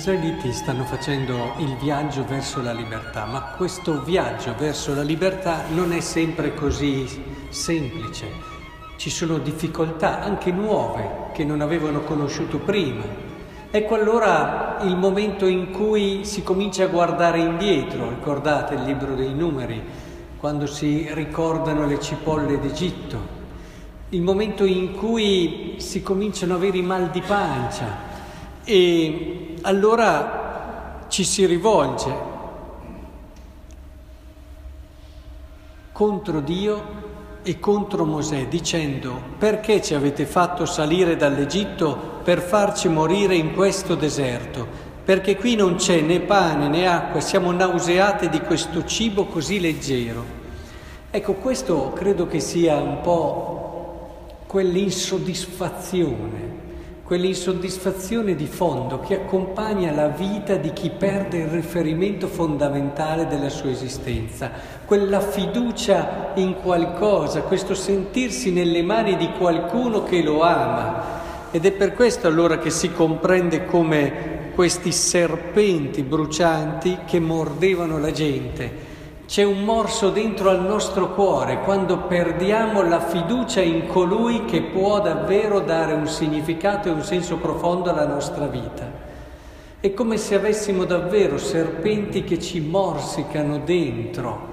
israeliti stanno facendo il viaggio verso la libertà, ma questo viaggio verso la libertà non è sempre così semplice. Ci sono difficoltà, anche nuove, che non avevano conosciuto prima. Ecco allora il momento in cui si comincia a guardare indietro. Ricordate il libro dei Numeri, quando si ricordano le cipolle d'Egitto. Il momento in cui si cominciano ad avere i mal di pancia. E allora ci si rivolge contro Dio e contro Mosè dicendo: perché ci avete fatto salire dall'Egitto per farci morire in questo deserto? Perché qui non c'è né pane né acqua, siamo nauseate di questo cibo così leggero. Ecco, questo credo che sia un po' quell'insoddisfazione di fondo che accompagna la vita di chi perde il riferimento fondamentale della sua esistenza, quella fiducia in qualcosa, questo sentirsi nelle mani di qualcuno che lo ama. Ed è per questo allora che si comprende come questi serpenti brucianti che mordevano la gente. C'è un morso dentro al nostro cuore quando perdiamo la fiducia in colui che può davvero dare un significato e un senso profondo alla nostra vita. È come se avessimo davvero serpenti che ci morsicano dentro.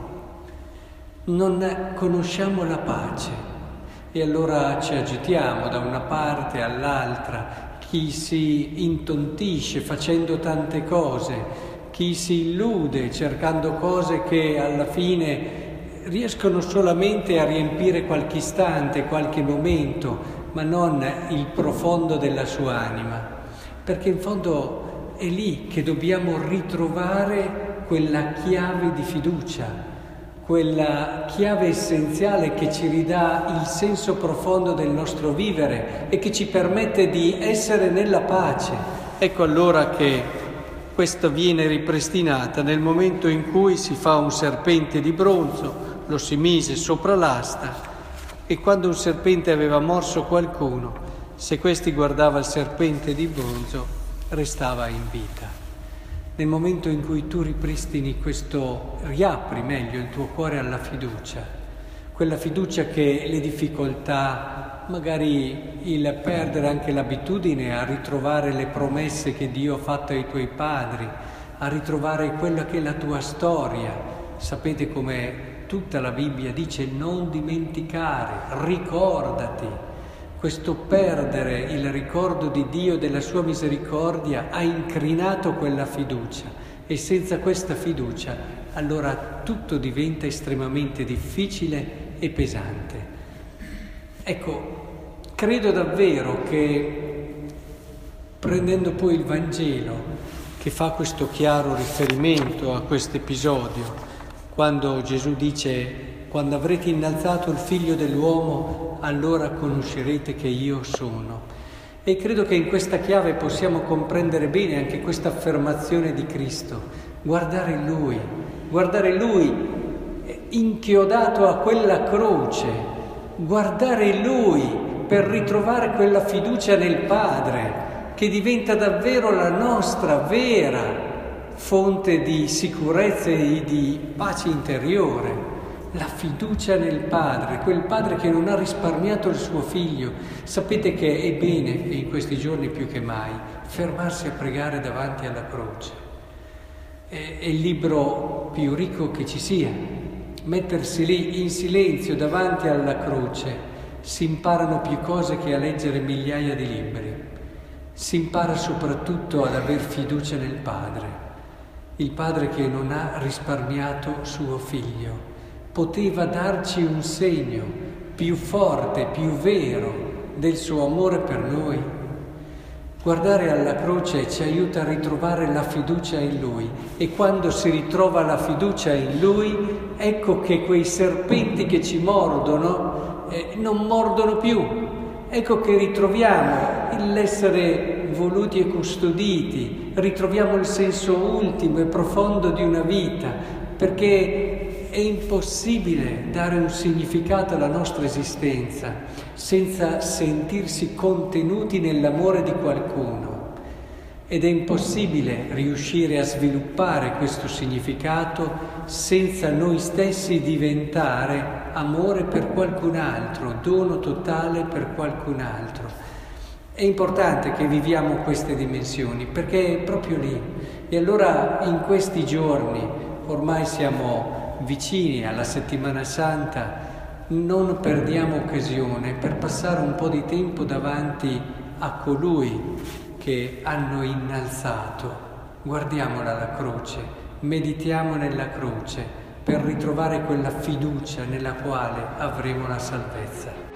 Non conosciamo la pace e allora ci agitiamo da una parte all'altra. Chi si intontisce facendo tante cose, chi si illude cercando cose che alla fine riescono solamente a riempire qualche istante, qualche momento, ma non il profondo della sua anima. Perché in fondo è lì che dobbiamo ritrovare quella chiave di fiducia, quella chiave essenziale che ci ridà il senso profondo del nostro vivere e che ci permette di essere nella pace. Ecco allora che questa viene ripristinata nel momento in cui si fa un serpente di bronzo, lo si mise sopra l'asta e quando un serpente aveva morso qualcuno, se questi guardava il serpente di bronzo, restava in vita. Nel momento in cui tu ripristini questo, riapri meglio il tuo cuore alla fiducia, quella fiducia che le difficoltà, magari il perdere anche l'abitudine a ritrovare le promesse che Dio ha fatto ai tuoi padri, a ritrovare quella che è la tua storia. Sapete come tutta la Bibbia dice: non dimenticare, ricordati. Questo perdere il ricordo di Dio e della sua misericordia ha incrinato quella fiducia e senza questa fiducia allora tutto diventa estremamente difficile e pesante. Ecco, credo davvero che prendendo poi il Vangelo che fa questo chiaro riferimento a questo episodio, quando Gesù dice: quando avrete innalzato il Figlio dell'uomo, allora conoscerete che io sono. E credo che in questa chiave possiamo comprendere bene anche questa affermazione di Cristo: guardare Lui inchiodato a quella croce, guardare Lui per ritrovare quella fiducia nel Padre che diventa davvero la nostra vera fonte di sicurezza e di pace interiore. La fiducia nel Padre, quel Padre che non ha risparmiato il suo Figlio. Sapete che è bene, in questi giorni più che mai, fermarsi a pregare davanti alla croce. È il libro più ricco che ci sia. Mettersi lì in silenzio davanti alla croce, si imparano più cose che a leggere migliaia di libri. Si impara soprattutto ad aver fiducia nel Padre, il Padre che non ha risparmiato suo Figlio. Poteva darci un segno più forte, più vero del suo amore per noi. Guardare alla croce ci aiuta a ritrovare la fiducia in Lui e quando si ritrova la fiducia in Lui, ecco che quei serpenti che ci mordono non mordono più. Ecco che ritroviamo l'essere voluti e custoditi, ritroviamo il senso ultimo e profondo di una vita, perché è impossibile dare un significato alla nostra esistenza senza sentirsi contenuti nell'amore di qualcuno. ed è impossibile riuscire a sviluppare questo significato senza noi stessi diventare amore per qualcun altro, dono totale per qualcun altro. È importante che viviamo queste dimensioni, perché è proprio lì. E allora in questi giorni, ormai siamo vicini alla Settimana Santa, non perdiamo occasione per passare un po' di tempo davanti a colui che hanno innalzato. Guardiamola la croce, meditiamo nella croce per ritrovare quella fiducia nella quale avremo la salvezza.